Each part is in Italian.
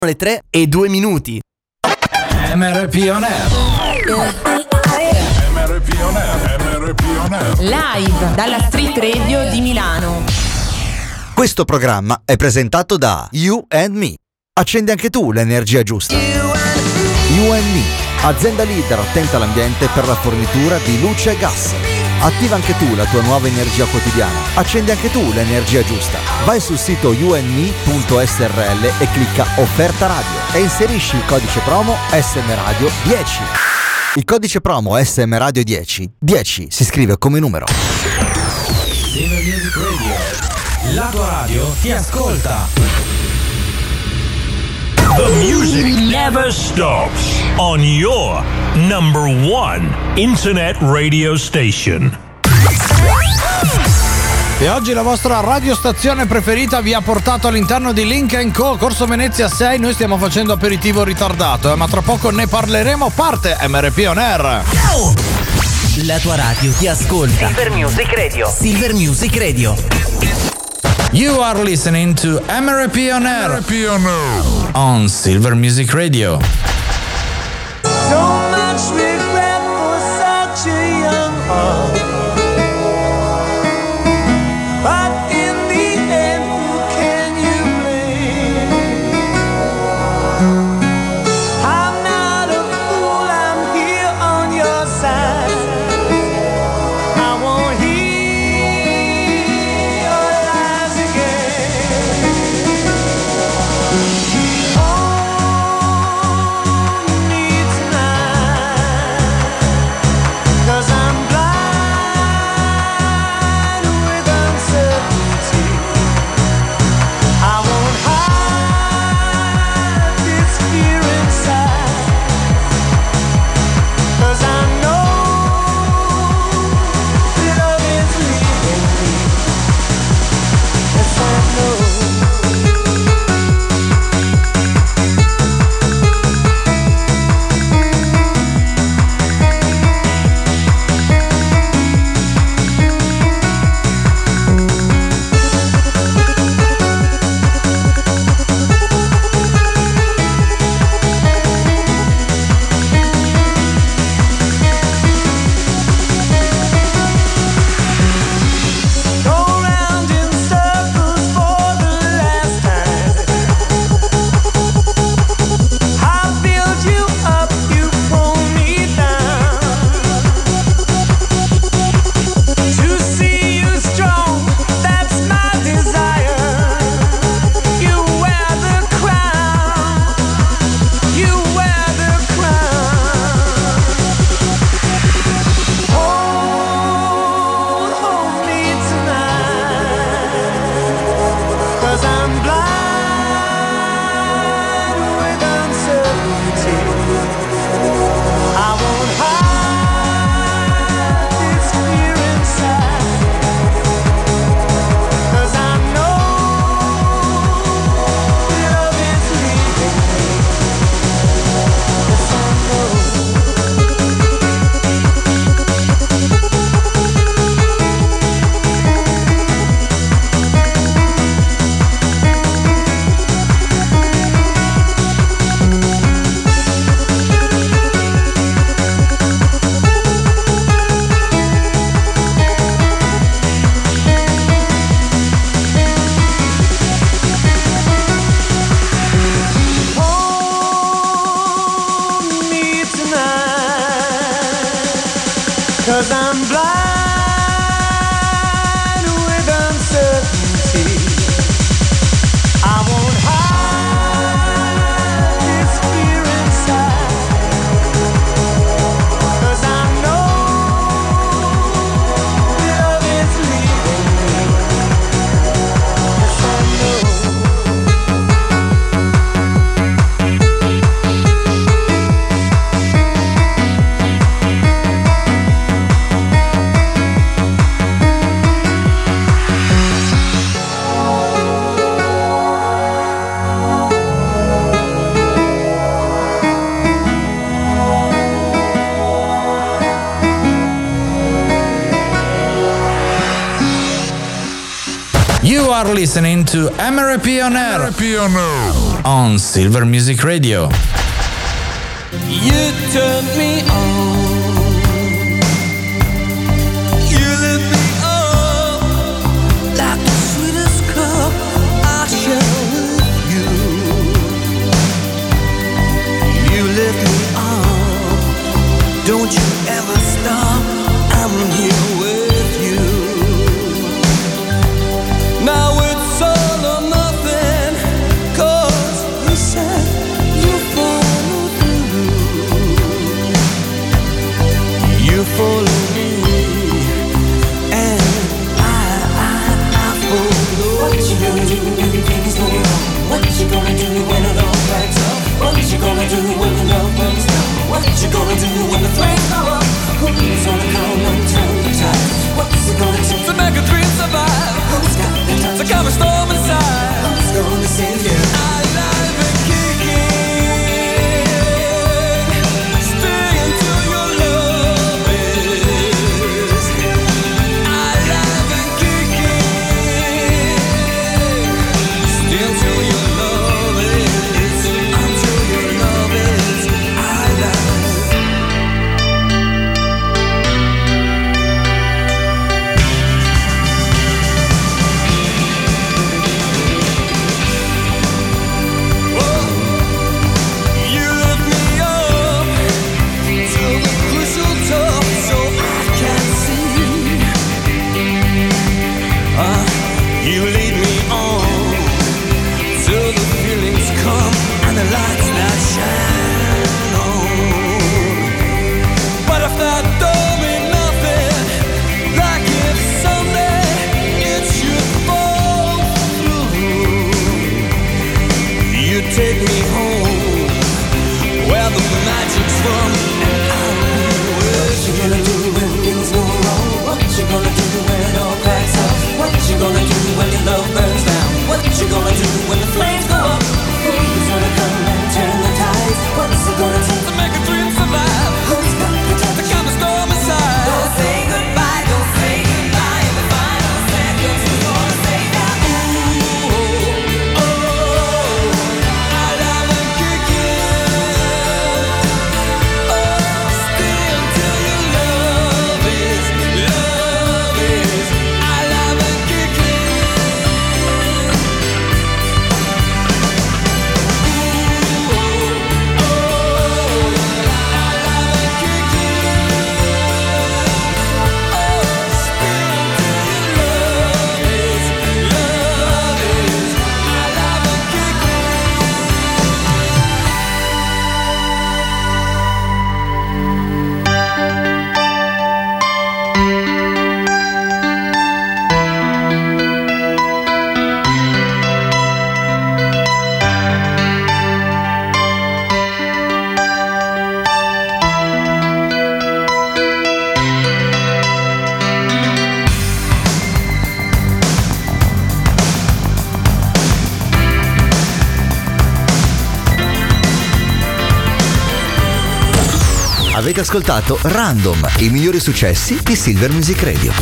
Le 3:02. MRP On Air. MRP On Air. MRP On Air. Live dalla Street Radio di Milano. Questo programma è presentato da You and Me. Accendi anche tu l'energia giusta. You and Me, azienda leader attenta all'ambiente per la fornitura di luce e gas. Attiva anche tu la tua nuova energia quotidiana. Accendi anche tu l'energia giusta. Vai sul sito youndme.srl e clicca Offerta Radio e inserisci il codice promo SM Radio 10. Il codice promo SM Radio 10 si scrive come numero. Silver Music Radio. La tua radio ti ascolta. The music never stops on your number one internet radio station. E oggi la vostra radiostazione preferita vi ha portato all'interno di Link & Co, Corso Venezia 6. Noi stiamo facendo aperitivo ritardato, ma tra poco ne parleremo. Parte MRP On Air. La tua radio ti ascolta. Silver Music Radio. Silver Music Radio. You are listening to MRP On Air. On Silver Music Radio. So much regret for such a young heart. But in the end, who can you blame? I'm not a fool, I'm here on your side. I won't hear your lies again. Hold me tonight, 'cause I'm blind with uncertainty. I won't hide this fear inside, 'cause I know that love is leaving me. Yes, I know. Go round in circles for the last time. I build you up, you pull me down. To see you strong, that's my desire. You wear the crown, you wear the crown. Hold me tonight, 'cause I'm blind with uncertainty. I won't hide this fear inside, 'cause I know that love is leaving me. Yes, I know. Hold me tonight, 'cause I'm blind with uncertainty. I won't hide this fear inside, 'cause I know that love is leaving me. Yes, I know. are listening to MRP on Air on Silver Music Radio. You turn me on. You lift me up like the sweetest cup I share with you. You lift me up. Don't you ever stop. I'm here with you. Now it's all or nothing, 'cause you said you follow through. You follow me, and I follow. What you gonna do when things go wrong? What you gonna do when it all cracks up? What you gonna do when the love burns down? What you gonna do when the flames go up? Who's gonna come and turn the tide? What's it gonna take to make a dream survive? Who's got the time to calm a storm inside? Who's gonna save you? Alive and kicking. Stay until your love is alive and kicking. Stay until your love is, until your love is alive. You lead me on till the feelings come and the lights that shine on. But if that don't mean nothing, like if someday it should fall through, you take me home where the magic's from, and I'll be with you. What you gonna do when things go wrong? What you gonna do when it all cracks up? What you gonna do when your love burns down? What you gonna do when the flames go up? Who's gonna come and turn the tides? What's it gonna take to make a dream survive? Who's got the time to calm the storm inside? Don't say goodbye, don't say goodbye. In the final seconds, who's gonna say that? Ooh, oh, I love and kicking. Oh, stay until your love is I love and kicking. Avete ascoltato Random, i migliori successi di Silver Music Radio.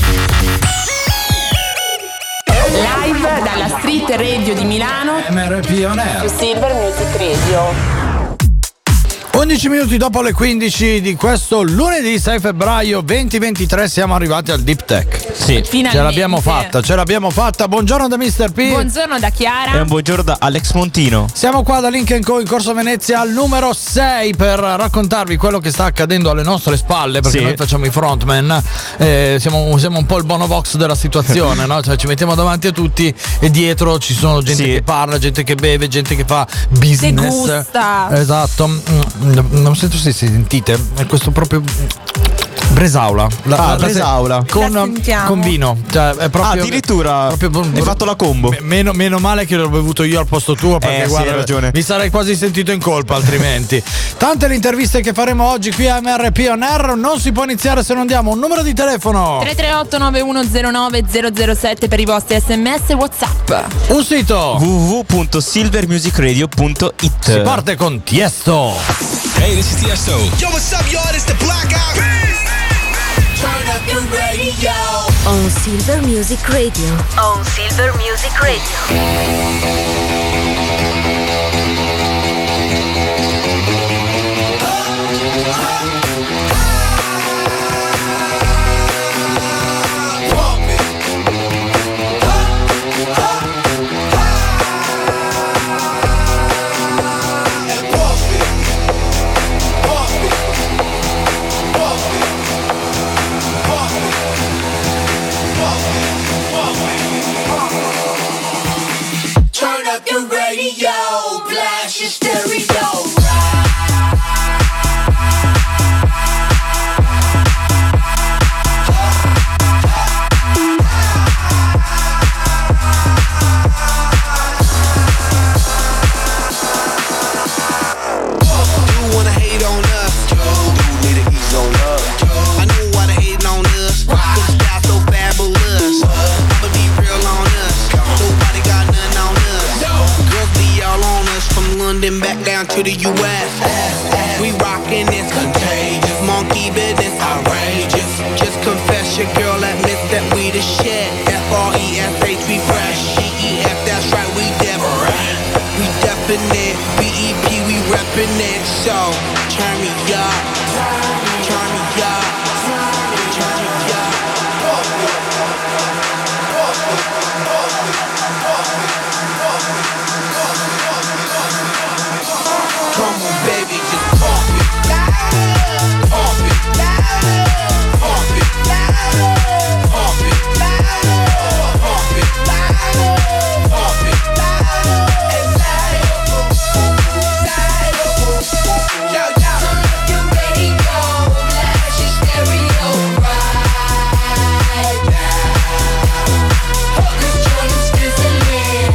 Live dalla Street Radio di Milano. MRP on Air. Su Silver Music Radio. 11 minuti dopo le 15 di questo lunedì 6 febbraio 2023 siamo arrivati al Deep Tech. Sì, Finalmente. Ce l'abbiamo fatta. Buongiorno da Mr. P. Buongiorno da Chiara. e un buongiorno da Alex Montino. Siamo qua da Link & Co in Corso Venezia al numero 6 per raccontarvi quello che sta accadendo alle nostre spalle, perché Sì. noi facciamo i frontman, siamo un po' il Bonovox della situazione, no? Cioè ci mettiamo davanti a tutti e dietro ci sono gente Sì. che parla, gente che beve, gente che fa business. Degusta. Esatto. Non so se sentite, è questo proprio Bresaola. Bresaola. Con vino. Cioè, è proprio, addirittura hai fatto la combo. Meno male che l'ho bevuto io al posto tuo, perché sì, guarda, hai ragione. mi sarei quasi sentito in colpa altrimenti. Tante le interviste che faremo oggi qui a MRP On Air. Non si può iniziare se non diamo un numero di telefono. 338-9109-007 per i vostri SMS e WhatsApp. Un sito. www.silvermusicradio.it. Si parte con Tiesto. Hey, this is Tiesto. Yo, what's up, y'all? It's the Black Eyed Peas. Turn up your radio. On Silver Music Radio. On Silver Music Radio. Turn up your radio, blast your stereo. Back down to the U.S. We rockin' this contagious, monkey business outrageous. Just confess your girl admits that we the shit. F-R-E-S-H, we fresh. G-E-F, that's right, we different. We definite. B-E-P, we reppin' it. So, turn me up. Turn me up. Turn me up. Come on, baby, just pump it. Pump it. Pump it. Pump it. Pump it. Pump it. Yo, yo. Your radio, blast your stereo right now. This joint is sizzling.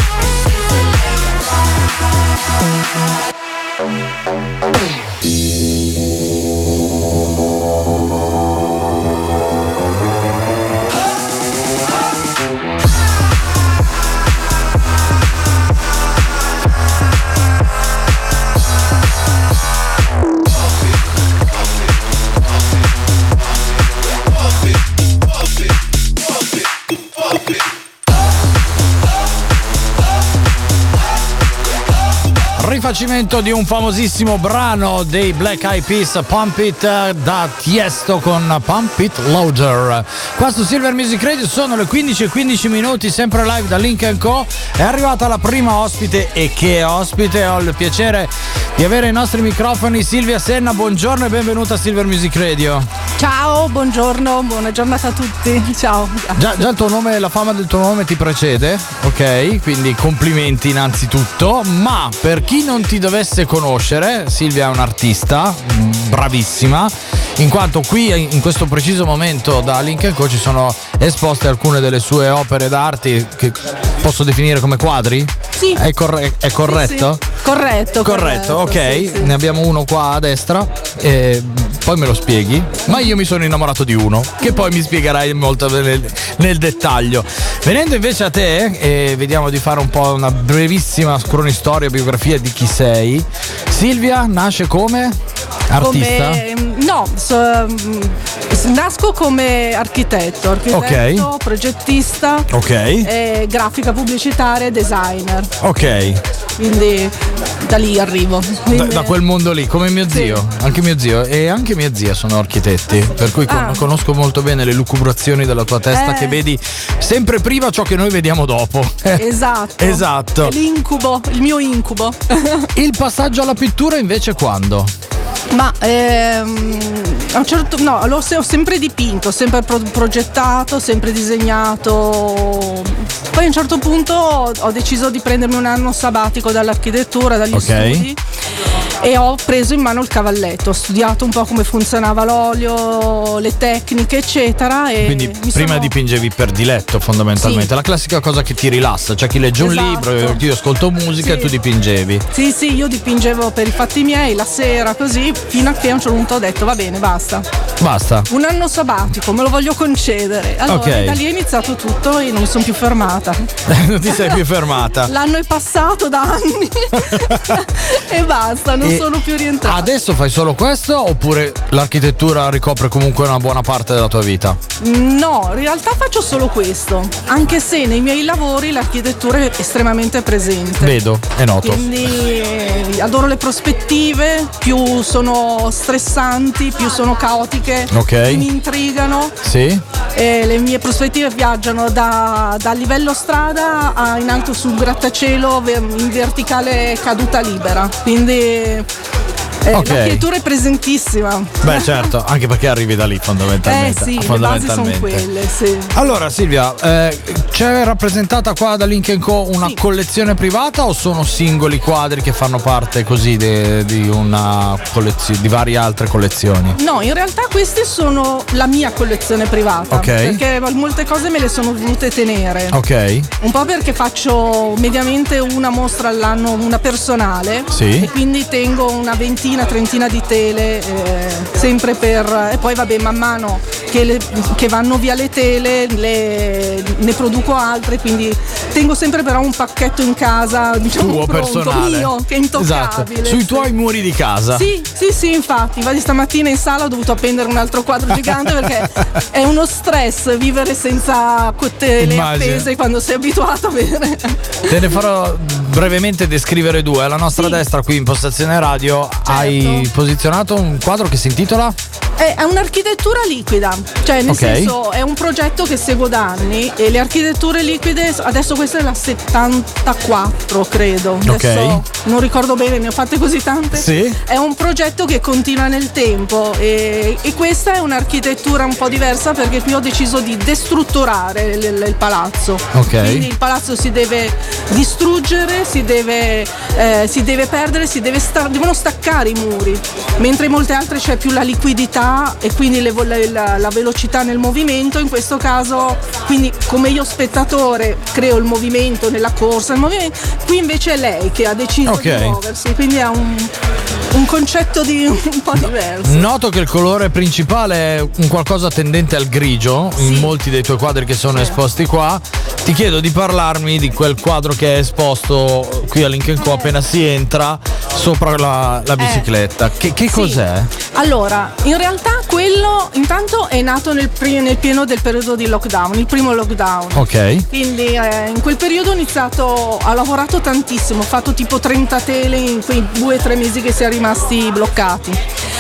Rifacimento di un famosissimo brano dei Black Eyed Peas, Pump It, da Tiesto con Pump It Louder. Qua su Silver Music Radio sono le 15:15, sempre live da Link & Co. È arrivata la prima ospite, e che ospite! Ho il piacere di avere ai nostri microfoni Silvia Senna. Buongiorno e benvenuta a Silver Music Radio. Ciao, buongiorno, buona giornata a tutti. Ciao. Già il tuo nome, la fama del tuo nome ti precede, ok? Quindi complimenti innanzitutto. Ma per chi non ti dovesse conoscere, Silvia è un'artista bravissima, in quanto qui in questo preciso momento da Link & Co ci sono esposte alcune delle sue opere d'arte che posso definire come quadri? Sì. È corretto? Sì. Corretto, ok. Sì. Ne abbiamo uno qua a destra e poi me lo spieghi. Ma io mi sono innamorato di uno che poi mi spiegherai molto nel dettaglio. Venendo invece a te, vediamo di fare un po' una brevissima cronistoria, biografia di chi sei. Silvia nasce come artista? Nasco come architetto, okay. Progettista, ok, grafica pubblicitaria e designer. Ok. Quindi da lì arrivo. Da quel mondo lì, come mio zio. Anche mio zio e anche mia zia sono architetti, per cui conosco molto bene le lucubrazioni della tua testa, che vedi sempre prima ciò che noi vediamo dopo. Esatto. È l'incubo, il mio incubo. Il passaggio alla pittura invece quando? Ma ho sempre dipinto, sempre progettato, sempre disegnato. Poi a un certo punto ho deciso di prendermi un anno sabbatico dall'architettura, dagli studi, e ho preso in mano il cavalletto. Ho studiato un po' come funzionava l'olio, le tecniche, eccetera. E quindi prima dipingevi per diletto, fondamentalmente. Sì. La classica cosa che ti rilassa, c'è chi legge un libro, io ascolto musica e tu dipingevi. Sì, io dipingevo per i fatti miei la sera, così, fino a che a un certo punto ho detto va bene, basta. Un anno sabbatico, me lo voglio concedere. Allora da lì è iniziato tutto e non mi sono più fermata. Non ti sei più fermata. L'anno è passato da anni e basta, non sono più rientrata. Adesso fai solo questo oppure l'architettura ricopre comunque una buona parte della tua vita? No, in realtà faccio solo questo, anche se nei miei lavori l'architettura è estremamente presente. Vedo, è noto. Quindi adoro le prospettive, più sono stressanti, più sono caotiche, Ok. mi intrigano. Sì? E le mie prospettive viaggiano da livello strada a in alto sul grattacielo in verticale caduta libera. Quindi Ok. l'architettura è presentissima. Beh, certo, anche perché arrivi da lì fondamentalmente. Sì, le basi sono quelle, sì. Allora Silvia, c'è rappresentata qua da Link & Co una collezione privata o sono singoli quadri che fanno parte così di una collezione, di varie altre collezioni? No, in realtà queste sono la mia collezione privata. Ok. Perché molte cose me le sono volute tenere. Ok. Un po' perché faccio mediamente una mostra all'anno, una personale. Sì. E quindi tengo una trentina di tele, sempre per. E poi vabbè, man mano che vanno via le tele, ne produco altre, quindi tengo sempre però un pacchetto in casa, diciamo, tuo pronto, personale. mio, che è intoccabile. Esatto. Sui tuoi muri di casa. Sì, infatti, stamattina in sala ho dovuto appendere un altro quadro gigante perché è uno stress vivere senza tele appese quando sei abituato a vedere. Te ne farò brevemente descrivere due. Alla nostra destra, qui in postazione radio, hai posizionato un quadro che si intitola? È un'architettura liquida, cioè nel senso è un progetto che seguo da anni e le architetture liquide, adesso questa è la 74 credo, adesso non ricordo bene, ne ho fatte così tante. Sì. È un progetto che continua nel tempo e questa è un'architettura un po' diversa perché qui ho deciso di destrutturare il palazzo. Quindi il palazzo si deve distruggere, si deve perdere, devono staccare i muri, mentre in molte altre c'è più la liquidità e quindi la velocità nel movimento. In questo caso, quindi come io spettatore creo il movimento nella corsa, qui invece è lei che ha deciso di muoversi, quindi ha un concetto un po' diverso. Noto che il colore principale è un qualcosa tendente al grigio in molti dei tuoi quadri che sono esposti qua. Ti chiedo di parlarmi di quel quadro che è esposto qui a Link & Co appena si entra sopra la bicicletta. Che cos'è? Allora, in realtà quello intanto è nato nel pieno del periodo di lockdown, il primo lockdown. Ok. Quindi in quel periodo ho lavorato tantissimo, ho fatto tipo 30 tele in quei 2 o 3 mesi che si è rimasti bloccati.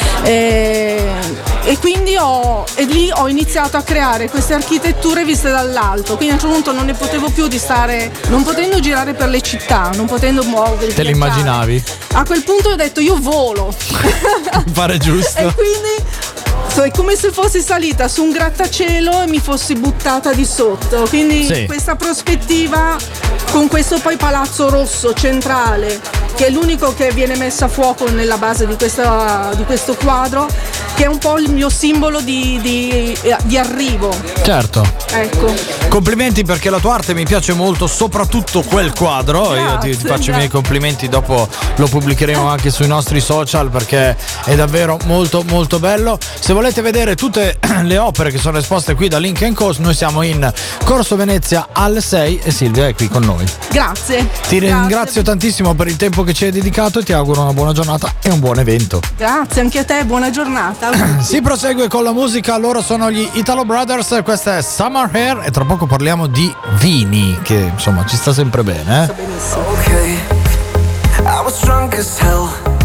E quindi lì ho iniziato a creare queste architetture viste dall'alto, quindi a un certo punto non ne potevo più di stare, non potendo girare per le città, non potendo muovermi. Te l'immaginavi? A quel punto ho detto io volo. Pare giusto. E quindi è come se fossi salita su un grattacielo e mi fossi buttata di sotto, quindi questa prospettiva con questo poi palazzo rosso centrale che è l'unico che viene messo a fuoco nella base di questo quadro, che è un po' il mio simbolo di arrivo. Certo. Ecco. Complimenti, perché la tua arte mi piace molto, soprattutto quel quadro. Grazie, io ti faccio i miei complimenti, dopo lo pubblicheremo anche sui nostri social perché è davvero molto molto bello. Se volete vedere tutte le opere che sono esposte qui da Link & Co, noi siamo in Corso Venezia alle 6 e Silvia è qui con noi. Grazie. Ti ringrazio tantissimo per il tempo che ci hai dedicato e ti auguro una buona giornata e un buon evento. Grazie anche a te, buona giornata. Si prosegue con la musica, loro sono gli Italo Brothers, questa è Summer Hair e tra poco parliamo di vini, che insomma ci sta sempre bene. Okay, I was drunk as hell.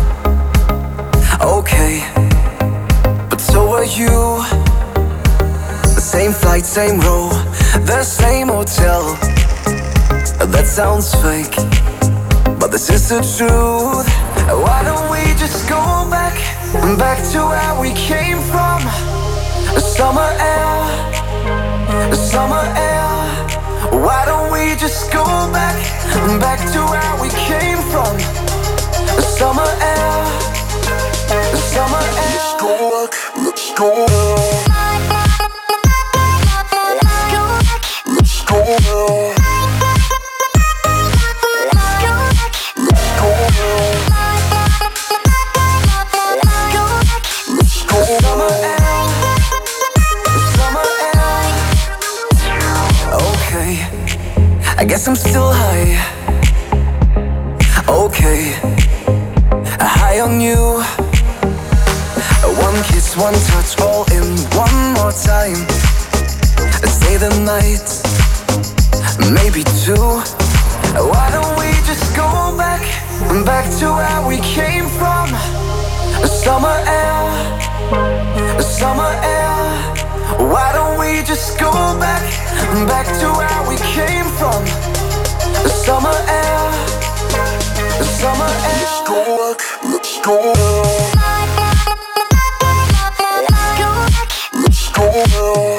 Okay, but so were you. The same flight, same row, the same hotel. That sounds fake, but this is the truth. Why don't we just go back to where we came from? Summer air, summer air. Why don't we just go back to where we came from? Summer air, summer air. Let's go back, let's go back. Let's go back. Summer air, summer air. Okay, I guess I'm still high. Okay, high eye on you. One kiss, one touch, all in one more time. Stay the night, maybe two. Why don't we just go back to where we came from? Summer air. Why don't we just go back to where we came from? Summer air. Let's go back, let's go back. Let's go back.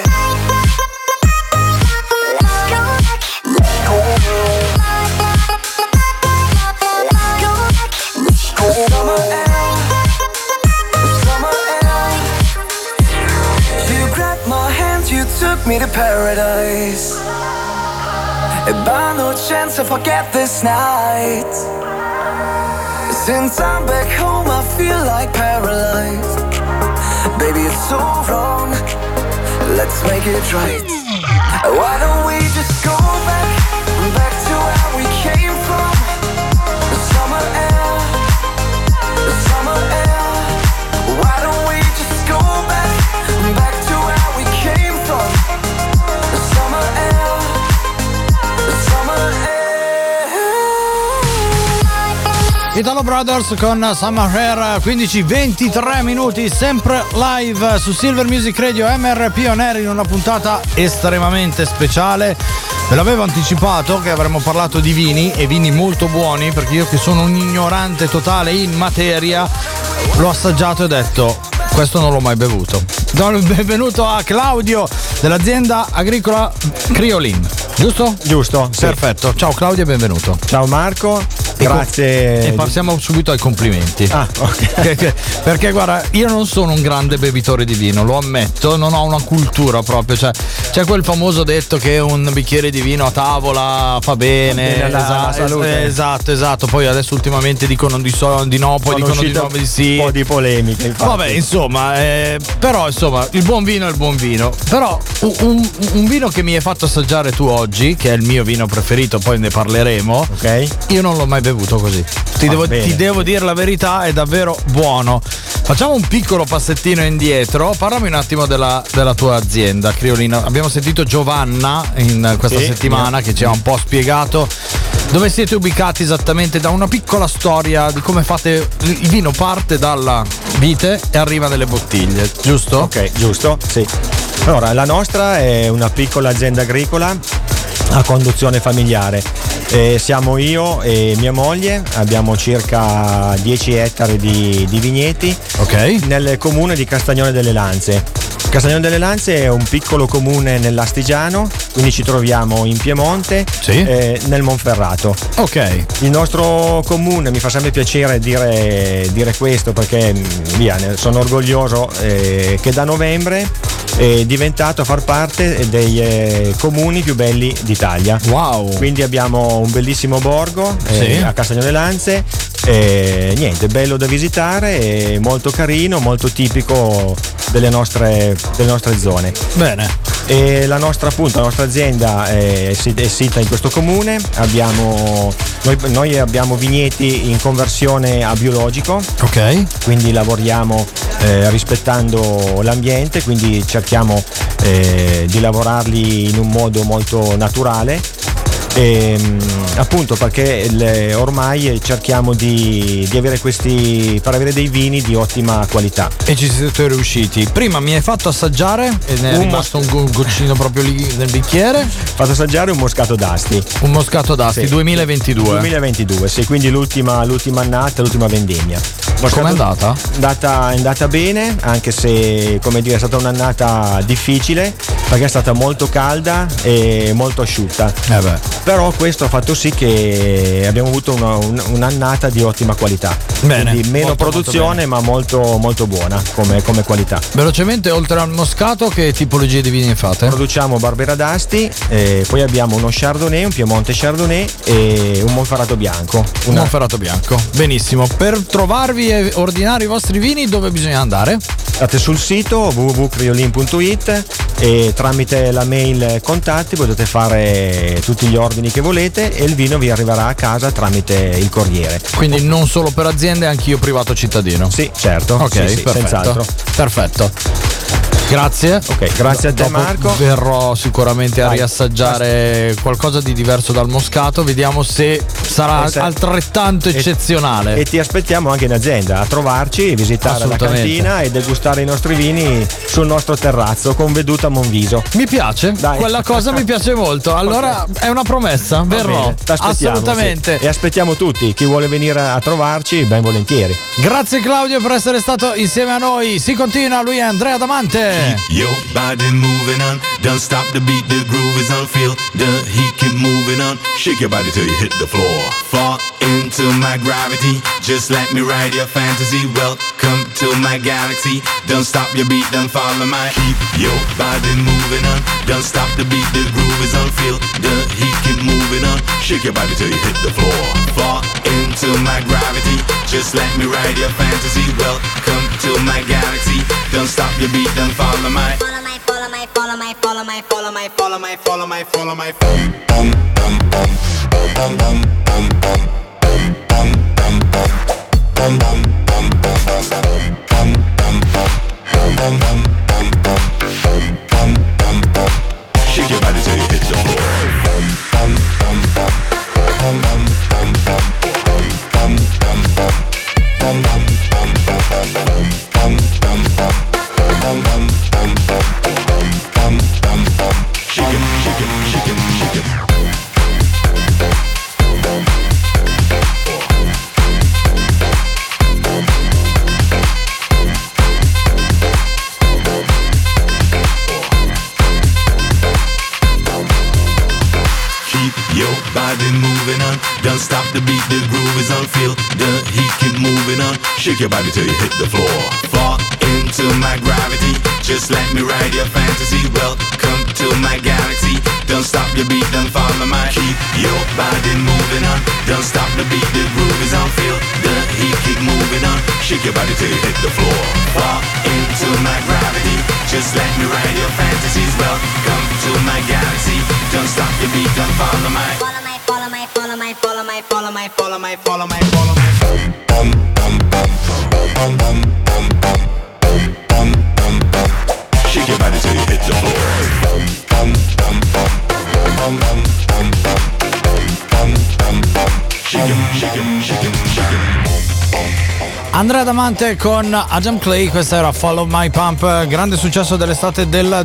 Summer air, summer air. You grabbed my hand, you took me to paradise. By no chance to forget this night. Since I'm back home, I feel like paralyzed. Baby, it's so wrong. Let's make it right. Why don't we just go back to where we came from? Summer air, summer air. Why don't we just go back to where we came from? Summer air, summer air. Italo Brothers con Summer Air, 15-23 minuti, sempre live su Silver Music Radio MR Pioneri in una puntata estremamente speciale. Ve l'avevo anticipato che avremmo parlato di vini e vini molto buoni, perché io che sono un ignorante totale in materia l'ho assaggiato e ho detto questo non l'ho mai bevuto. Do il benvenuto a Claudio dell'azienda agricola Criolin, giusto? Giusto, sì. Perfetto, ciao Claudio e benvenuto. Ciao Marco, grazie. E passiamo subito ai complimenti. Ah, ok. Perché guarda, io non sono un grande bevitore di vino, lo ammetto, non ho una cultura proprio, cioè c'è quel famoso detto che un bicchiere di vino a tavola fa bene, alla salute. Esatto, poi adesso ultimamente dicono di no, poi dicono di no, di sì. Un po' di polemiche, infatti. Vabbè, insomma, però insomma, il buon vino è il buon vino. Però un vino che mi hai fatto assaggiare tu oggi, che è il mio vino preferito, poi ne parleremo. Ok. Io non l'ho mai bevuto così. Ti devo dire la verità, è davvero buono. Facciamo un piccolo passettino indietro. Parlami un attimo della tua azienda, Criolina. Abbiamo sentito Giovanna in questa settimana che ci ha un po' spiegato dove siete ubicati esattamente, da una piccola storia di come fate. Il vino parte dalla vite e arriva nelle bottiglie, giusto? Ok, giusto, sì. Allora, la nostra è una piccola azienda agricola a conduzione familiare. Siamo io e mia moglie, abbiamo circa 10 ettari di vigneti, okay, nel comune di Castagnone delle Lanze. Castagnone delle Lanze è un piccolo comune nell'Astigiano, quindi ci troviamo in Piemonte, sì, nel Monferrato. Ok. Il nostro comune, mi fa sempre piacere dire questo perché sono orgoglioso che da novembre è diventato a far parte dei comuni più belli d'Italia. Wow! Quindi abbiamo un bellissimo borgo a Castagnone delle Lanze. Niente, bello da visitare, molto carino, molto tipico delle nostre zone. Bene. E la nostra azienda è sita in questo comune. Noi abbiamo vigneti in conversione a biologico. Ok. Quindi lavoriamo rispettando l'ambiente, quindi cerchiamo di lavorarli in un modo molto naturale. Appunto perché ormai cerchiamo di avere per avere dei vini di ottima qualità. E ci siete riusciti. Prima mi hai fatto assaggiare e ne è rimasto un goccino proprio lì nel bicchiere. Fatto assaggiare un Moscato d'Asti. Un Moscato d'Asti, sì. 2022. 2022, sì, quindi l'ultima annata, l'ultima vendemmia. Com'è andata? È andata bene, anche se è stata un'annata difficile perché è stata molto calda e molto asciutta. Però questo ha fatto sì che abbiamo avuto un'annata di ottima qualità. Bene. Quindi meno produzione, ma molto molto buona come qualità. Velocemente, oltre al Moscato, che tipologie di vini fate? Produciamo Barbera d'Asti, poi abbiamo uno Chardonnay, un Piemonte Chardonnay e un Monferrato bianco. Monferrato bianco, benissimo. Per trovarvi e ordinare i vostri vini dove bisogna andare? andate sul sito www.criolin.it e tramite la mail contatti potete fare tutti gli ordini che volete e il vino vi arriverà a casa tramite il corriere. Quindi non solo per aziende, anche io privato cittadino? Sì, certo. Ok, sì, perfetto. senz'altro. Perfetto. Grazie. Ok, grazie a te Marco. Verrò sicuramente a riassaggiare qualcosa di diverso dal moscato, vediamo se sarà altrettanto eccezionale. E ti aspettiamo anche in azienda a trovarci, visitare la cantina e degustare i nostri vini sul nostro terrazzo con veduta Monviso. Mi piace, dai. Quella cosa mi piace molto. Allora è una promessa, verrò. Assolutamente. Sì. E aspettiamo tutti, chi vuole venire a trovarci, ben volentieri. Grazie Claudio per essere stato insieme a noi. Si continua, lui è Andrea Damante. Keep your body moving on. Don't stop the beat, the groove is on. Feel the heat, keep moving on. Shake your body till you hit the floor. Fall into my gravity. Just let me ride your fantasy. Welcome to my galaxy. Don't stop your beat, don't follow my. Keep your body moving on. Don't stop the beat, the groove is on. Feel the heat, keep moving on. Shake your body till you hit the floor. Fall into my gravity. Just let me ride your fantasy. Welcome to my galaxy. Don't stop your beat, don't follow my. Follow my, follow my, follow my, follow my, follow my, follow my, follow my, follow my, follow shake your body till you hit the floor. Shake it, shake it, shake it, shake it. Keep your body moving on. Don't stop the beat, the groove is on. Feel the heat, keep moving on. Shake your body till you hit the floor. Fall into my gravity. Just let me ride your fantasy. Welcome to my galaxy. Don't stop your beat, don't follow my. Keep your body moving on. Don't stop the beat, the groove is on. Feel the heat, keep moving on. Shake your body till you hit the floor. Fall into my gravity. Just let me ride your fantasies. Welcome to my galaxy. Don't stop your beat, don't follow my. Follow my, follow my, follow my, follow my, follow my, follow my, follow my, follow my. Shake your body till you hit the floor. Shake it, shake it, shake it, shake it. Andrea Damante con Adam Clay, questa era Follow My Pump, grande successo dell'estate del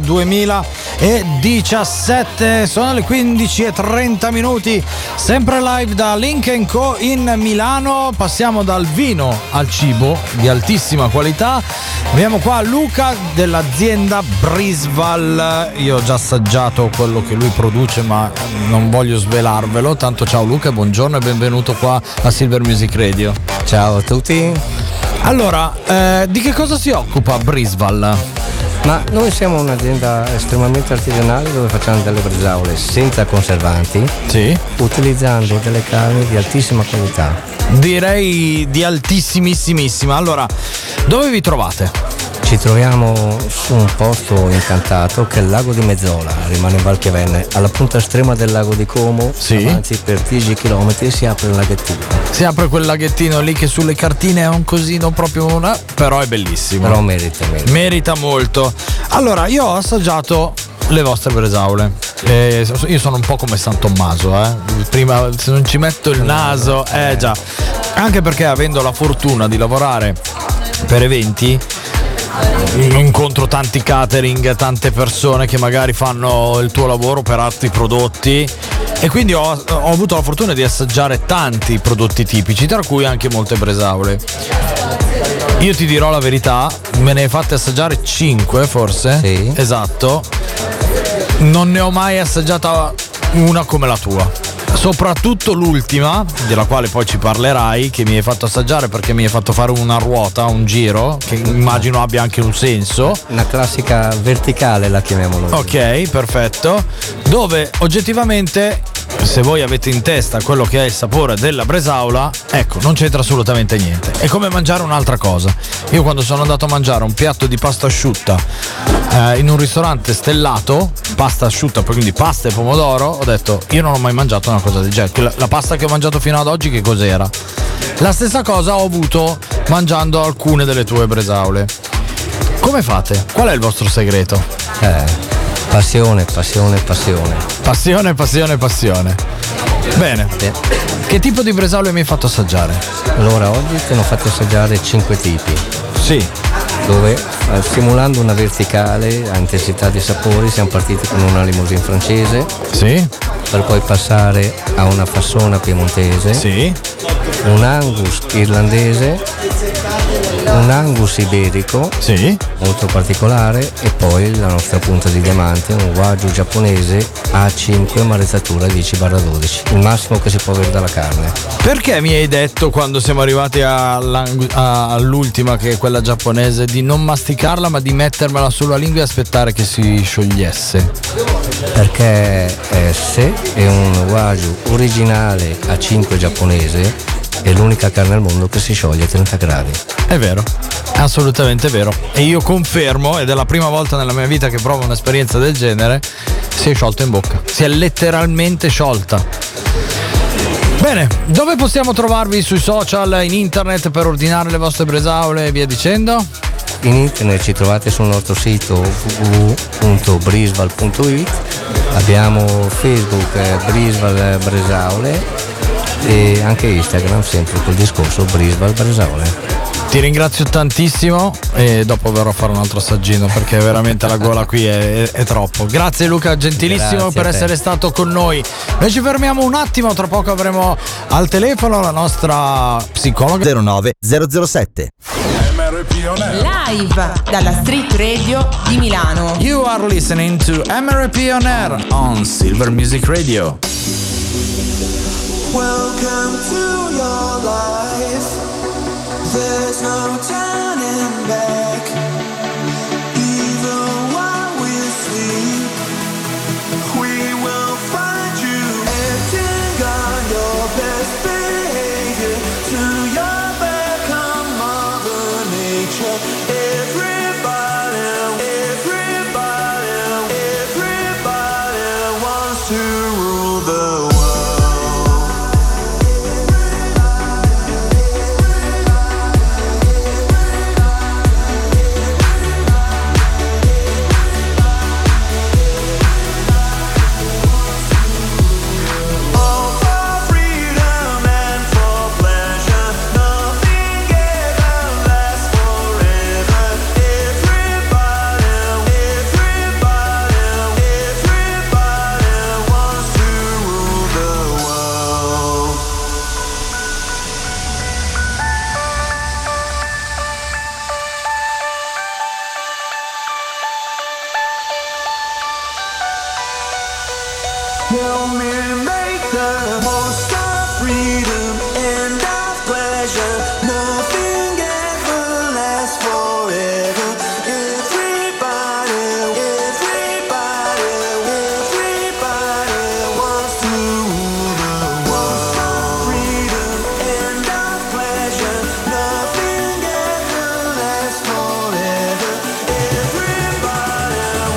2017. Sono le 15:30, sempre live da Link & Co in Milano. Passiamo dal vino al cibo di altissima qualità. Abbiamo qua Luca dell'azienda Brisval. Io ho già assaggiato quello che lui produce, ma non voglio svelarvelo. Tanto ciao Luca, buongiorno e benvenuto qua a Silver Music Radio. Ciao a tutti. Allora, di che cosa si occupa Brisval? Ma noi siamo un'azienda estremamente artigianale dove facciamo delle bresaole senza conservanti, sì, utilizzando delle carni di altissima qualità. Direi di altissimissimissima. Allora, dove vi trovate? Ci troviamo su un posto incantato che è il lago di Mezzola, rimane in Val Chiaverne, alla punta estrema del lago di Como, sì, avanti per 10 km e si apre il laghettino. Si apre quel laghettino lì che sulle cartine è un cosino proprio una, però è bellissimo. Però merita molto. Allora, io ho assaggiato le vostre bresaole. Io sono un po' come San Tommaso, prima se non ci metto il naso, già. Anche perché avendo la fortuna di lavorare per eventi, incontro tanti catering, tante persone che magari fanno il tuo lavoro per altri prodotti e quindi ho avuto la fortuna di assaggiare tanti prodotti tipici, tra cui anche molte bresaole. Io ti dirò la verità, me ne hai fatte assaggiare 5 forse? Sì. Esatto. Non ne ho mai assaggiata una come la tua. Soprattutto l'ultima, della quale poi ci parlerai, che mi hai fatto assaggiare perché mi hai fatto fare una ruota, un giro, che immagino abbia anche un senso. Una classica verticale la chiamiamo noi. Ok, perfetto. Dove oggettivamente se voi avete in testa quello che è il sapore della bresaola, ecco, non c'entra assolutamente niente. È come mangiare un'altra cosa. Io quando sono andato a mangiare un piatto di pasta asciutta in un ristorante stellato, pasta asciutta, quindi pasta e pomodoro, ho detto io non ho mai mangiato una cosa del genere. La pasta che ho mangiato fino ad oggi che cos'era? La stessa cosa ho avuto mangiando alcune delle tue bresaole. Come fate? Qual è il vostro segreto? Passione, passione, passione. Passione, passione, passione. Bene. Che tipo di bresaole mi hai fatto assaggiare? Allora, oggi te ne ho fatti assaggiare 5 tipi. Sì. Dove, simulando una verticale a intensità di sapori, siamo partiti con una limousine francese. Sì. Per poi passare a una fassona piemontese. Sì. Un Angus irlandese. Un Angus iberico. Sì. Molto particolare. E poi la nostra punta di diamante, un Wagyu giapponese A5 marezzatura 10/12. Il massimo che si può avere dalla carne. Perché mi hai detto quando siamo arrivati all'ultima, che è quella giapponese, di non masticarla ma di mettermela sulla lingua e aspettare che si sciogliesse? Perché se è un Wagyu originale A5 giapponese, è l'unica carne al mondo che si scioglie a 30 gradi. È vero, è assolutamente vero. E io confermo, ed è la prima volta nella mia vita che provo un'esperienza del genere, si è sciolta in bocca. Si è letteralmente sciolta. Bene, dove possiamo trovarvi sui social, in internet, per ordinare le vostre bresaole e via dicendo? In internet ci trovate sul nostro sito www.brisval.it. Abbiamo Facebook Brisval Bresaole e anche Instagram, sempre col discorso Brisval Bresaole. Ti ringrazio tantissimo e dopo verrò a fare un altro assaggino perché veramente la gola qui è troppo. Grazie Luca, gentilissimo. Grazie per essere stato con noi. Noi ci fermiamo un attimo, tra poco avremo al telefono la nostra psicologa 09007. Live dalla Street Radio di Milano. You are listening to MRP On Air on Silver Music Radio. Welcome to your life. There's no turning back. Even while we sleep, we will find you acting on your best behavior. To your back on Mother Nature. Everybody wants to rule the world. Help me make the most of freedom and of pleasure. Nothing ever lasts forever. Everybody wants to rule the world. Freedom and of pleasure. Nothing ever lasts forever. Everybody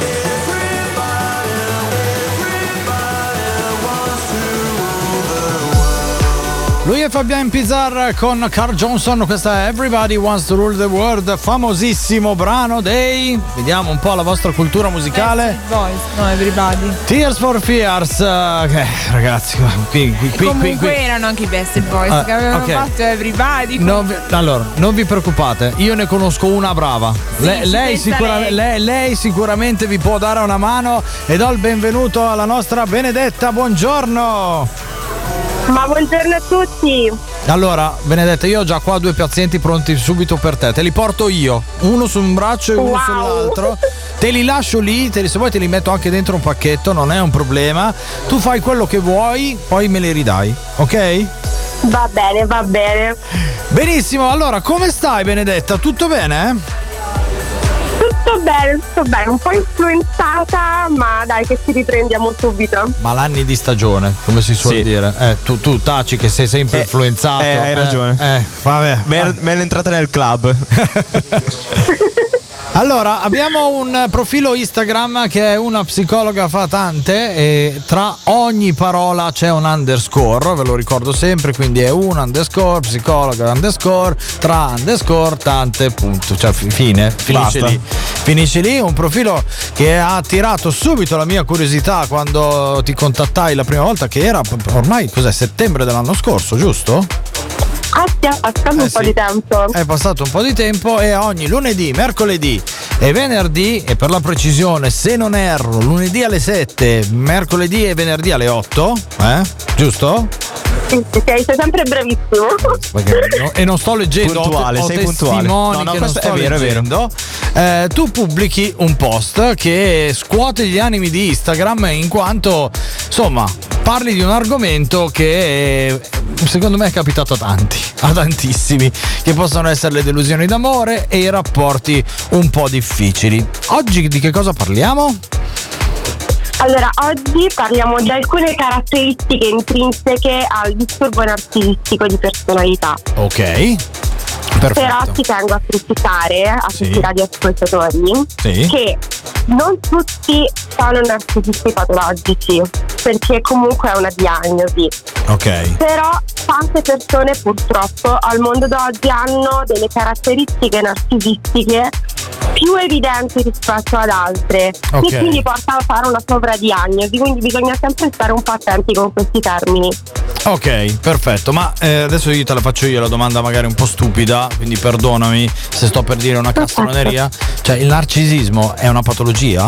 wants to rule the world. Lui è Fabian Pizar con Carl Johnson, questa è Everybody Wants to Rule the World, famosissimo brano dei, vediamo un po' la vostra cultura musicale. Boys, no, Everybody. Tears for Fears, ragazzi, qui Comunque erano anche i Backstreet Boys che avevano fatto Everybody. Allora, non vi preoccupate, io ne conosco una brava. Lei sicuramente vi può dare una mano e do il benvenuto alla nostra Benedetta, buongiorno. Ma buongiorno a tutti. Allora, Benedetta, io ho già qua 2 pazienti pronti subito per te. Te li porto io, uno su un braccio e uno sull'altro. Te li lascio lì, se vuoi te li metto anche dentro un pacchetto, non è un problema. Tu fai quello che vuoi, poi me li ridai, ok? Va bene, va bene. Benissimo, allora come stai Benedetta? Tutto bene? Tutto Tutto bene, un po' influenzata, ma dai che ci riprendiamo subito. Malanni di stagione, come si suol dire. Tu taci che sei sempre influenzato. Hai ragione. Vabbè. Ben entrata nel club. Allora, abbiamo un profilo Instagram che è Una Psicologa Fa Tante e tra ogni parola c'è un underscore, ve lo ricordo sempre, quindi è un underscore, psicologa underscore, tra underscore, tante, punto, cioè finisce lì, un profilo che ha attirato subito la mia curiosità quando ti contattai la prima volta, che era ormai, settembre dell'anno scorso, giusto? È passato un po' di tempo. È passato un po' di tempo e ogni lunedì, mercoledì e venerdì, e per la precisione, se non erro, lunedì alle 7, mercoledì e venerdì alle 8, giusto? Sì, sei sempre bravissimo. E non sto leggendo, puntuale, ho sei puntuale. testimoni che non sto leggendo. Tu pubblichi un post che scuote gli animi di Instagram, in quanto insomma parli di un argomento che secondo me è capitato a tantissimi, che possono essere le delusioni d'amore e i rapporti un po' difficili. Oggi di che cosa parliamo? Allora, oggi parliamo di alcune caratteristiche intrinseche al disturbo narcisistico di personalità. Ok. Perfetto. Però ci tengo a precisare a tutti i radioascoltatori che non tutti sono narcisisti patologici, perché comunque è una diagnosi. Ok. Però tante persone purtroppo al mondo d'oggi hanno delle caratteristiche narcisistiche più evidenti rispetto ad altre, che quindi porta a fare una sovradiagnosi, quindi bisogna sempre stare un po' attenti con questi termini. Ok, perfetto, ma adesso io te la faccio io la domanda magari un po' stupida, quindi perdonami se sto per dire una castroneria. Cioè, il narcisismo è una patologia?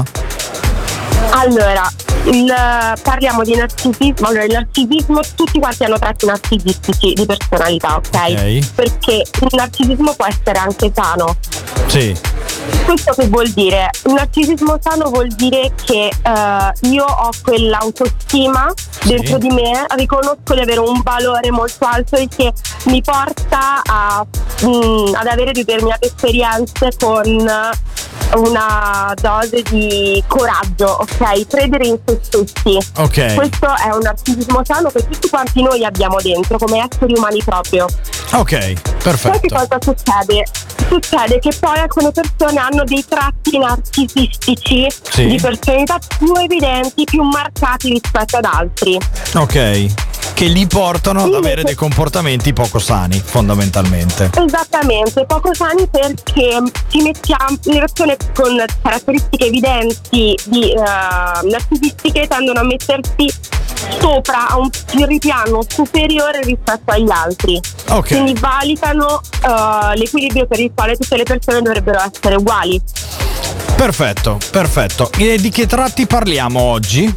Allora, parliamo di narcisismo. Allora, il narcisismo, tutti quanti hanno tratti narcisistici di personalità, ok? Perché il narcisismo può essere anche sano. Sì. Questo che vuol dire? Il narcisismo sano vuol dire che io ho quell'autostima dentro di me, riconosco di avere un valore molto alto e che mi porta ad avere determinate esperienze con una dose di coraggio, ok? Credere in se stessi. Ok. Questo è un narcisismo sano che tutti quanti noi abbiamo dentro come esseri umani proprio. Ok, perfetto. Poi che cosa succede? Succede che poi alcune persone hanno dei tratti narcisistici di personalità più evidenti, più marcati rispetto ad altri. Ok. Che li portano ad avere dei comportamenti poco sani, fondamentalmente. Esattamente, poco sani, perché ci mettiamo le persone con caratteristiche evidenti di narcisistiche tendono a mettersi sopra a un ripiano superiore rispetto agli altri. Quindi valicano l'equilibrio per il quale tutte le persone dovrebbero essere uguali. Perfetto. E di che tratti parliamo oggi?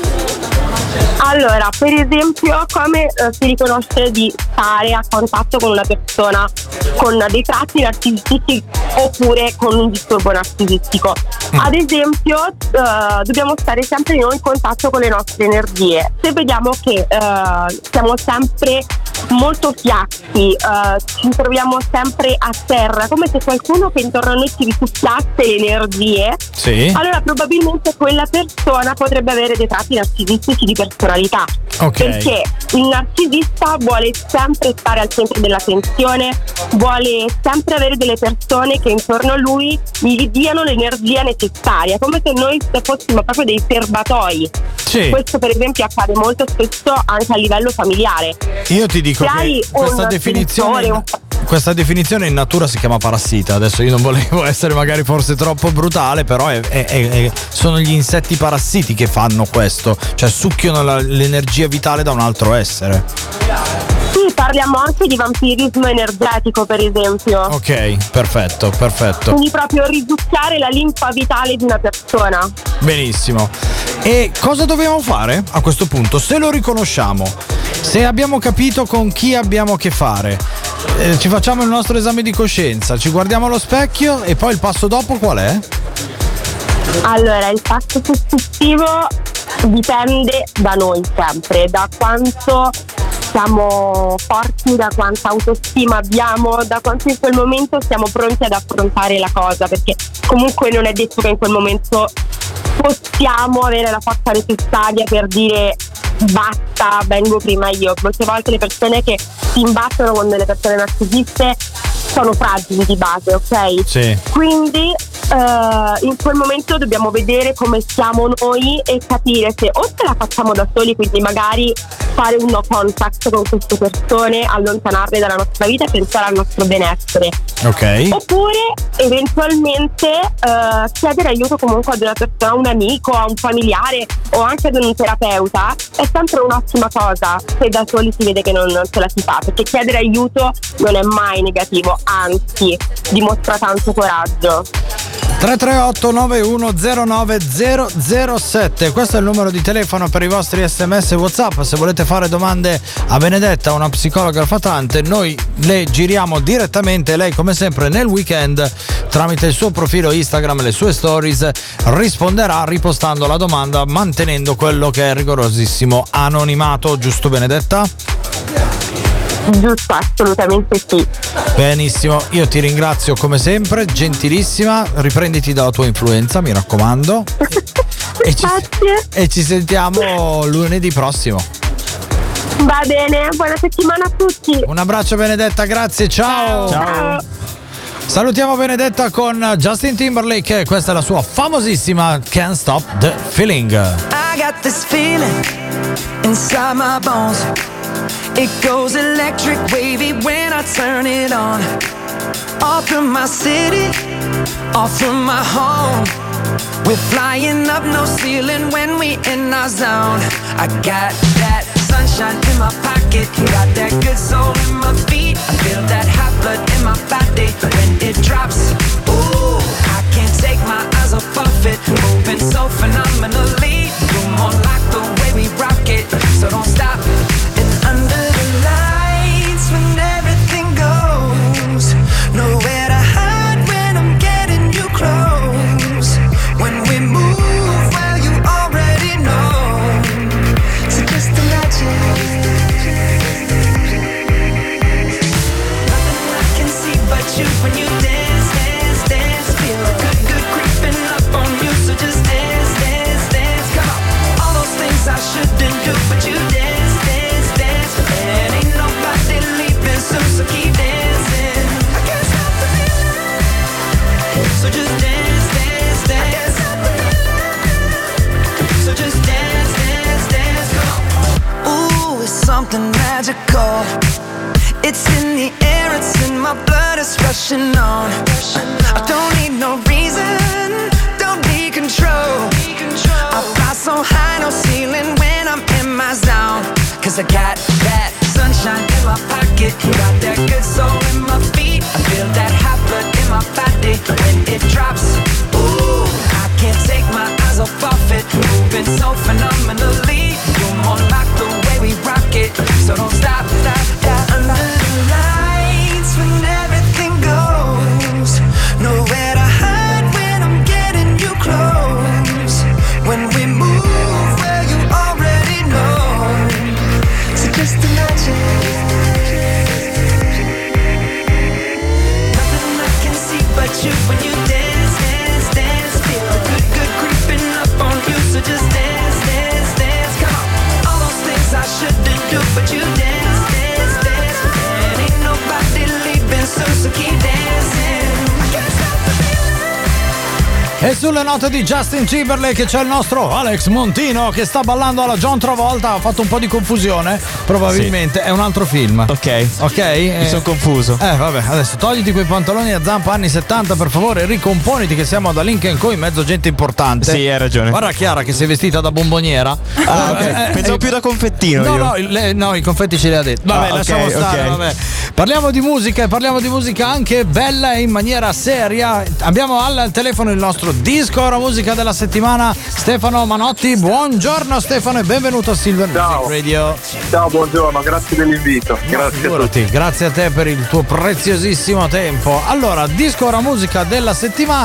Allora, per esempio, come si riconosce di stare a contatto con una persona con dei tratti narcisistici oppure con un disturbo narcisistico. Ad esempio, dobbiamo stare sempre noi in contatto con le nostre energie. Se vediamo che siamo sempre molto fiacchi, ci troviamo sempre a terra, come se qualcuno che intorno a noi ci risucchiasse le energie, allora probabilmente quella persona potrebbe avere dei tratti narcisistici di personalità. Perché il narcisista vuole sempre stare al centro dell'attenzione, vuole sempre avere delle persone che intorno a lui gli diano l'energia necessaria, come se noi fossimo proprio dei serbatoi. Questo per esempio accade molto spesso anche a livello familiare. Io ti dico che questa definizione in natura si chiama parassita. Adesso io non volevo essere magari forse troppo brutale, però sono gli insetti parassiti che fanno questo, cioè succhiano l'energia vitale da un altro essere. Sì, parliamo anche di vampirismo energetico, per esempio. Ok, perfetto. Quindi proprio risucchiare la linfa vitale di una persona. Benissimo. E cosa dobbiamo fare a questo punto? Se lo riconosciamo, se abbiamo capito con chi abbiamo a che fare, ci facciamo il nostro esame di coscienza, ci guardiamo allo specchio e poi il passo dopo qual è? Allora, il passo successivo dipende da noi sempre, da quanto siamo forti, da quanta autostima abbiamo, da quanto in quel momento siamo pronti ad affrontare la cosa, perché comunque non è detto che in quel momento possiamo avere la forza necessaria per dire basta, vengo prima io. Molte volte le persone che si imbattono con delle persone narcisiste sono fragili di base, ok? Sì. Quindi in quel momento dobbiamo vedere come siamo noi e capire se o ce la facciamo da soli, quindi magari fare un no contact con queste persone, allontanarle dalla nostra vita e pensare al nostro benessere. Ok. Oppure eventualmente chiedere aiuto comunque ad una persona, a un amico, a un familiare o anche ad un terapeuta. È sempre un'ottima cosa se da soli si vede che non ce la si fa, perché chiedere aiuto non è mai negativo, anzi dimostra tanto coraggio. 338 9109 007, questo è il numero di telefono per i vostri SMS e WhatsApp. Se volete fare domande a Benedetta, una psicologa fatante, noi le giriamo direttamente. Lei come sempre nel weekend tramite il suo profilo Instagram e le sue stories risponderà ripostando la domanda, mantenendo quello che è rigorosissimo anonimato, giusto Benedetta? Giusto, assolutamente sì. Benissimo, io ti ringrazio come sempre, gentilissima, riprenditi dalla tua influenza, mi raccomando. E ci sentiamo lunedì prossimo. Va bene, buona settimana a tutti. Un abbraccio Benedetta, grazie, ciao. Ciao. Salutiamo Benedetta con Justin Timberlake, questa è la sua famosissima Can't Stop the Feeling. I got this feeling inside my bones. It goes electric wavy when I turn it on. Off from my city, off from my home. We're flying up, no ceiling when we in our zone. I got that sunshine in my pocket, got that good soul in my feet. I feel that hot blood in my body when it drops. Ooh, I can't take my eyes off of it, moving so phenomenally. You're more like the way we rock it, so don't stop. Under the lights when everything goes, nowhere to hide when I'm getting you close. When we move, well you already know. So just imagine. Nothing I can see but you when you dance, dance, dance. Feel good, good creeping up on you. So just dance, dance, dance. Come on, all those things I shouldn't do, but you dance. And ain't nobody leaving soon, so keep dancing. I can't stop the feeling. So just dance, dance, dance. I can't stop the feeling. So just dance, dance, dance. Come on. Ooh, it's something magical. It's in the air, it's in my blood, it's rushing on. I don't need no reason, don't need control. I fly so high, no ceiling when I'm in my zone. Cause I got that sunshine in my pocket, got that good soul in my feet. I feel that hot blood in my body when it drops. Ooh, I can't take my eyes off of it, moving so phenomenally. You're more like the way we rock it, so don't stop, stop, stop. Under the lights when everything goes, nowhere to hide when I'm getting you close. When we move, well you already know. So just imagine. Nothing I can see but you when you dance, dance, dance. Feel good, good creeping up on you. So just dance, dance, dance. Come on, all those things I shouldn't do, but you dance, dance, dance. And ain't nobody leaving soon, so keep dancing. I can't stop the feeling. E sulle note di Justin Timberlake c'è il nostro Alex Montino che sta ballando alla John Travolta. Ha fatto un po' di confusione, probabilmente. Sì. È un altro film. Ok. Mi sono confuso. Vabbè, adesso togliti quei pantaloni a zampa anni 70, per favore, ricomponiti che siamo da Link & Co, in mezzo a gente importante. Sì, hai ragione. Guarda Chiara che sei vestita da bomboniera. Ok. Pensavo più da confettino. No, i confetti ce li ha detto. Vabbè, lasciamo stare, vabbè. Parliamo di musica e parliamo di musica anche bella e in maniera seria. Abbiamo al telefono il nostro disco ora musica della settimana, Stefano Manotti. Buongiorno Stefano e benvenuto a Silver Music Radio. Ciao, buongiorno, grazie dell'invito. Grazie a tutti. Grazie a te per il tuo preziosissimo tempo. Allora, disco ora musica della settimana.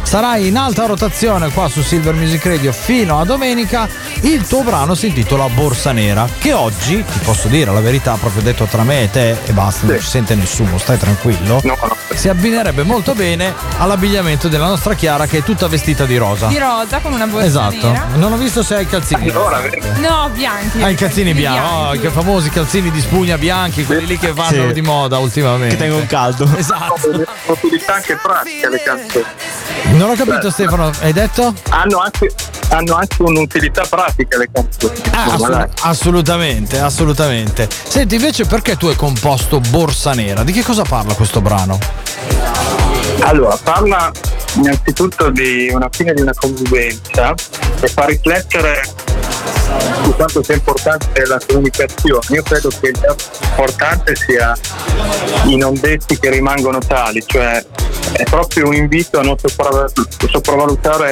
sarai in alta rotazione qua su Silver Music Radio fino a domenica. Il tuo brano si intitola Borsa Nera, che oggi, ti posso dire la verità, proprio detto tra me e te e basta, non ci sente nessuno, stai tranquillo, si abbinerebbe molto bene all'abbigliamento della nostra Chiara, che è tutta vestita di rosa. Di rosa con una borsa esatto. nera. Non ho visto se hai i calzini. No, bianchi. I calzini bianchi, che famosi calzini di spugna bianchi, quelli lì che vanno di moda ultimamente. Che tengono caldo. Esatto. Utilità anche pratica le canzoni. Non ho capito, Stefano, hai detto? Hanno anche un'utilità pratica le canzoni. Assolutamente. Senti, invece, perché tu hai composto Borsa Nera? Di che cosa parla questo brano? Allora, parla innanzitutto di una fine di una convivenza e fa riflettere su quanto sia importante la comunicazione. Io credo che l'importante sia i non detti che rimangono tali, cioè è proprio un invito a non sopravvalutare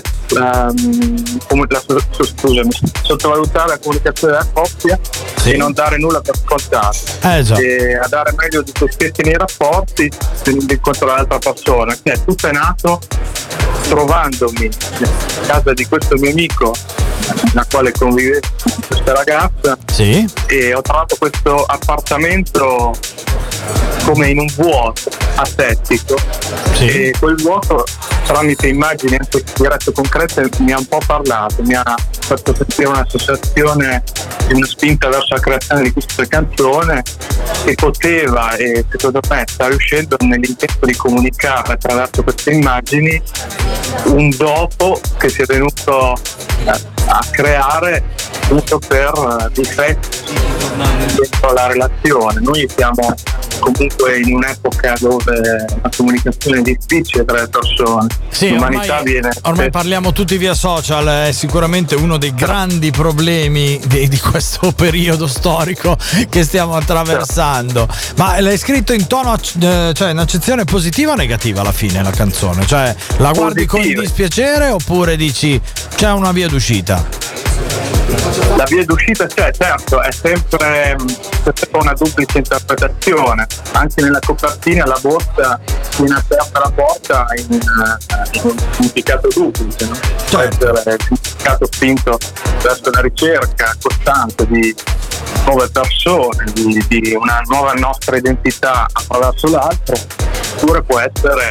sottovalutare la comunicazione della coppia e non dare nulla per scontato, e a dare meglio di se stessi nei rapporti tenendo in conto l'altra persona. Tutto è nato trovandomi a casa di questo mio amico, la quale convive con questa ragazza, e ho trovato questo appartamento come in un vuoto asettico, e quel vuoto tramite immagini anche dirette concrete mi ha un po' parlato, mi ha fatto sentire una sensazione di una spinta verso la creazione di questa canzone che poteva, e secondo me sta riuscendo nell'intento di comunicare attraverso queste immagini un dopo che si è venuto a creare tutto per difetti dentro la relazione. Noi siamo comunque in un'epoca dove la comunicazione è difficile tra le persone. L'umanità ormai parliamo tutti via social, è sicuramente uno dei grandi problemi di questo periodo storico che stiamo attraversando. Ma l'hai scritto in tono, cioè in accezione positiva o negativa alla fine la canzone? Cioè la guardi con dispiacere oppure dici c'è una via d'uscita? La via d'uscita c'è, certo, è sempre una duplice interpretazione. Anche nella copertina la borsa viene aperta la porta in un significato duplice, no? Può essere il significato spinto verso la ricerca costante di nuove persone, di una nuova nostra identità attraverso l'altro, oppure può essere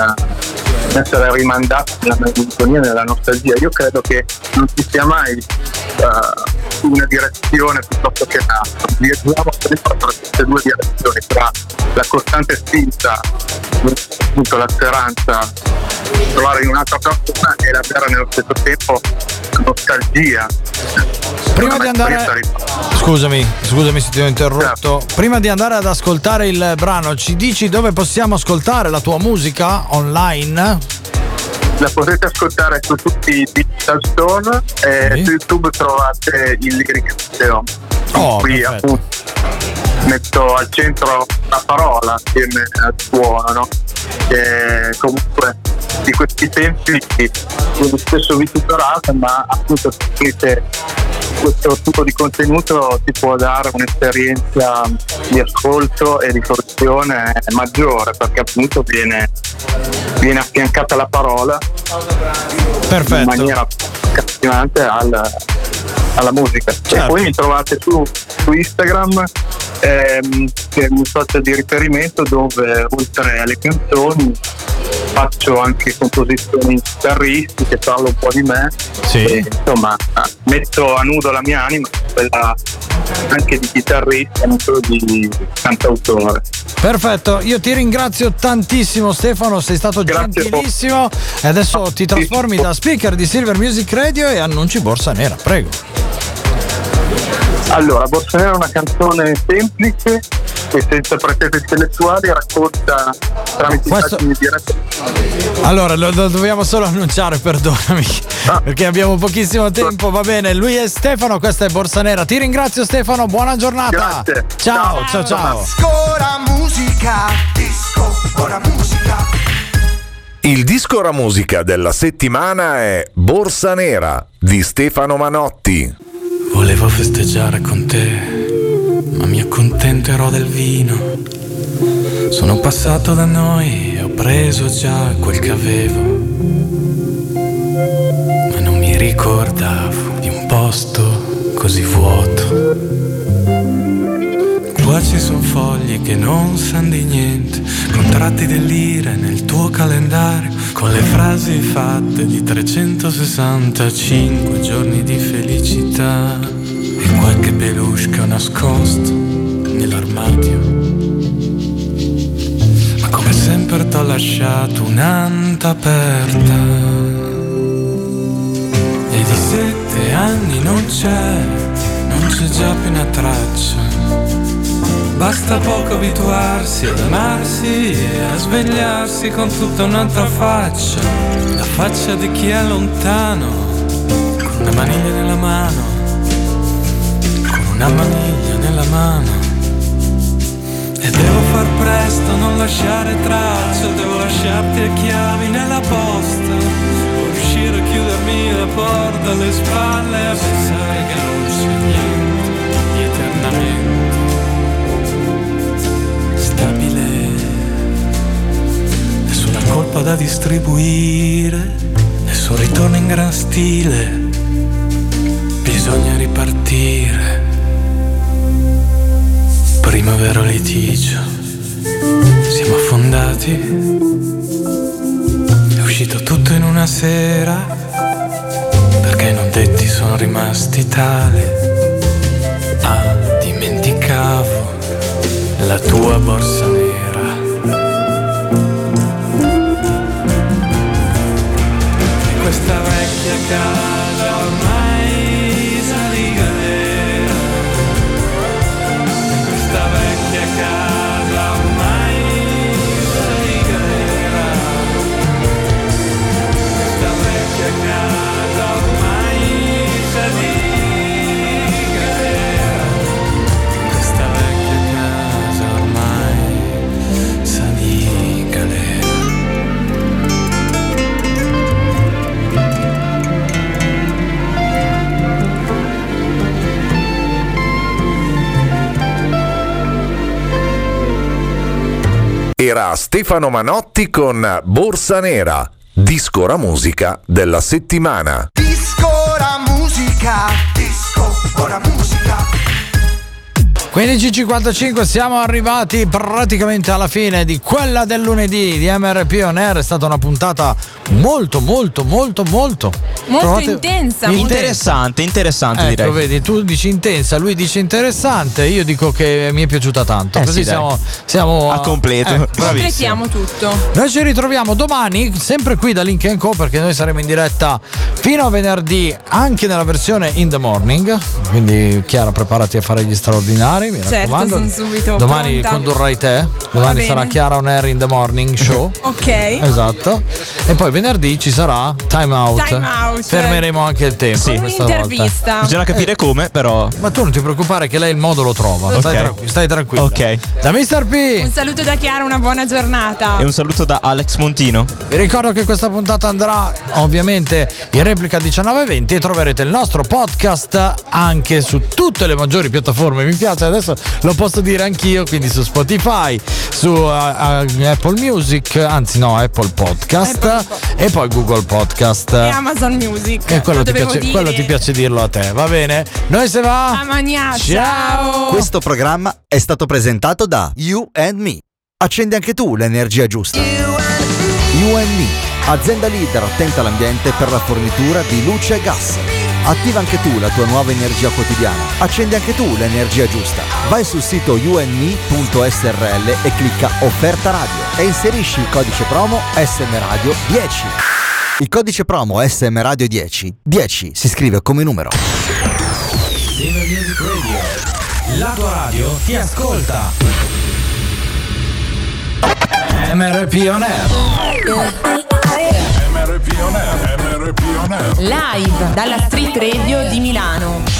rimandato nella monotonia, nella nostalgia. Io credo che non ci sia mai una direzione piuttosto che un'altra. Viaggiamo sempre tra queste due direzioni, tra la costante spinta, appunto la speranza di trovare in un'altra persona e la vera nello stesso tempo nostalgia. Prima di andare, scusami se ti ho interrotto. Prima di andare ad ascoltare il brano, ci dici dove possiamo ascoltare la tua musica online? La potete ascoltare su tutti i digital store, su YouTube trovate il lyric video. Qui appunto metto al centro la parola assieme al suono, no? Che comunque di questi tempi sono spesso vituperate, ma appunto questo tipo di contenuto ti può dare un'esperienza di ascolto e di fruizione maggiore, perché appunto viene affiancata la parola in maniera accattivante alla musica. E poi mi trovate su Instagram, che è un social di riferimento dove oltre alle canzoni faccio anche composizioni chitarristiche, parlo un po' di me, e, insomma, metto a nudo la mia anima, quella anche di chitarrista, non solo di cantautore. Perfetto, io ti ringrazio tantissimo Stefano, sei stato gentilissimo e adesso ti trasformi da speaker di Silver Music Radio e annunci Borsa Nera, prego. Allora, Borsa Nera è una canzone semplice che senza pretese intellettuali racconta tramite immagini dirette. Allora, lo dobbiamo solo annunciare, perdonami, perché abbiamo pochissimo tempo, va bene. Lui è Stefano, questa è Borsa Nera. Ti ringrazio Stefano, buona giornata. Grazie. Ciao. Ora musica, disco, ora musica. Il disco ora musica della settimana è Borsa Nera di Stefano Manotti. Volevo festeggiare con te, ma mi accontenterò del vino. Sono passato da noi e ho preso già quel che avevo. ricordavo di un posto così vuoto. Qua ci sono fogli che non sanno di niente, contratti dell'ire nel tuo calendario, con le frasi fatte di 365 giorni di felicità e qualche peluche nascosto nell'armadio. Ma come sempre t'ho lasciato un'anta aperta e di 7 anni non c'è già più una traccia. Basta poco abituarsi ad amarsi e a svegliarsi con tutta un'altra faccia. La faccia di chi è lontano, con una maniglia nella mano, con una maniglia nella mano. E devo far presto, non lasciare traccia, devo lasciarti le chiavi nella posta, o riuscire a chiudermi la porta alle spalle e a pensare che non c'è niente di eternamente stabile. Nessuna colpa da distribuire, nessun ritorno in gran stile, bisogna ripartire. Primo vero litigio, siamo affondati, è uscito tutto in una sera, perché i non detti sono rimasti tali. Ah, dimenticavo la tua borsa nera. E questa vecchia casa ormai sa di galera. Questa vecchia casa ormai sa di galera. Questa vecchia casa ormai sa di galera. Questa vecchia casa ormai sa di galera. Era Stefano Manotti con Borsa Nera, disco ora musica della settimana. Disco ora musica, disco ora musica. 15.55, siamo arrivati praticamente alla fine di quella del lunedì di MRP On Air. È stata una puntata molto intensa. Interessante ecco, direi. Vedi, tu dici intensa, lui dice interessante, io dico che mi è piaciuta tanto. Così sì, siamo a completo. Completiamo tutto. Noi ci ritroviamo domani sempre qui da Link & Co, perché noi saremo in diretta fino a venerdì anche nella versione in the morning. Quindi Chiara, preparati a fare gli straordinari, mi raccomando. Sono subito domani pronta. condurrai te. Domani sarà Chiara On Air in the morning show. Ok. Esatto. E poi venerdì ci sarà Time Out. Fermeremo anche il tempo. Sì. Un'intervista. Bisogna capire come, però. Ma tu non ti preoccupare che lei il modo lo trova. Stai tranquillo. Ok. Da Mr. P. Un saluto da Chiara, una buona giornata. E un saluto da Alex Montino. Vi ricordo che questa puntata andrà ovviamente in replica a 19:20 e troverete il nostro podcast anche su tutte le maggiori piattaforme. Mi piace, adesso lo posso dire anch'io, quindi su Spotify, su Apple Music, anzi no, Apple Podcast e poi Google Podcast e Amazon Music. E quello ti piace dirlo a te, va bene? Noi se va. Ciao. Questo programma è stato presentato da You and Me. Accendi anche tu l'energia giusta. You and Me, azienda leader attenta all'ambiente per la fornitura di luce e gas. Attiva anche tu la tua nuova energia quotidiana. Accendi anche tu l'energia giusta. Vai sul sito yoandme.srl e clicca Offerta Radio e inserisci il codice promo SM Radio 10. Il codice promo SM Radio 10 si scrive come numero. Silver Music Radio. La tua radio ti ascolta. MRP On Air. MRP On Air. Live dalla Street Radio di Milano.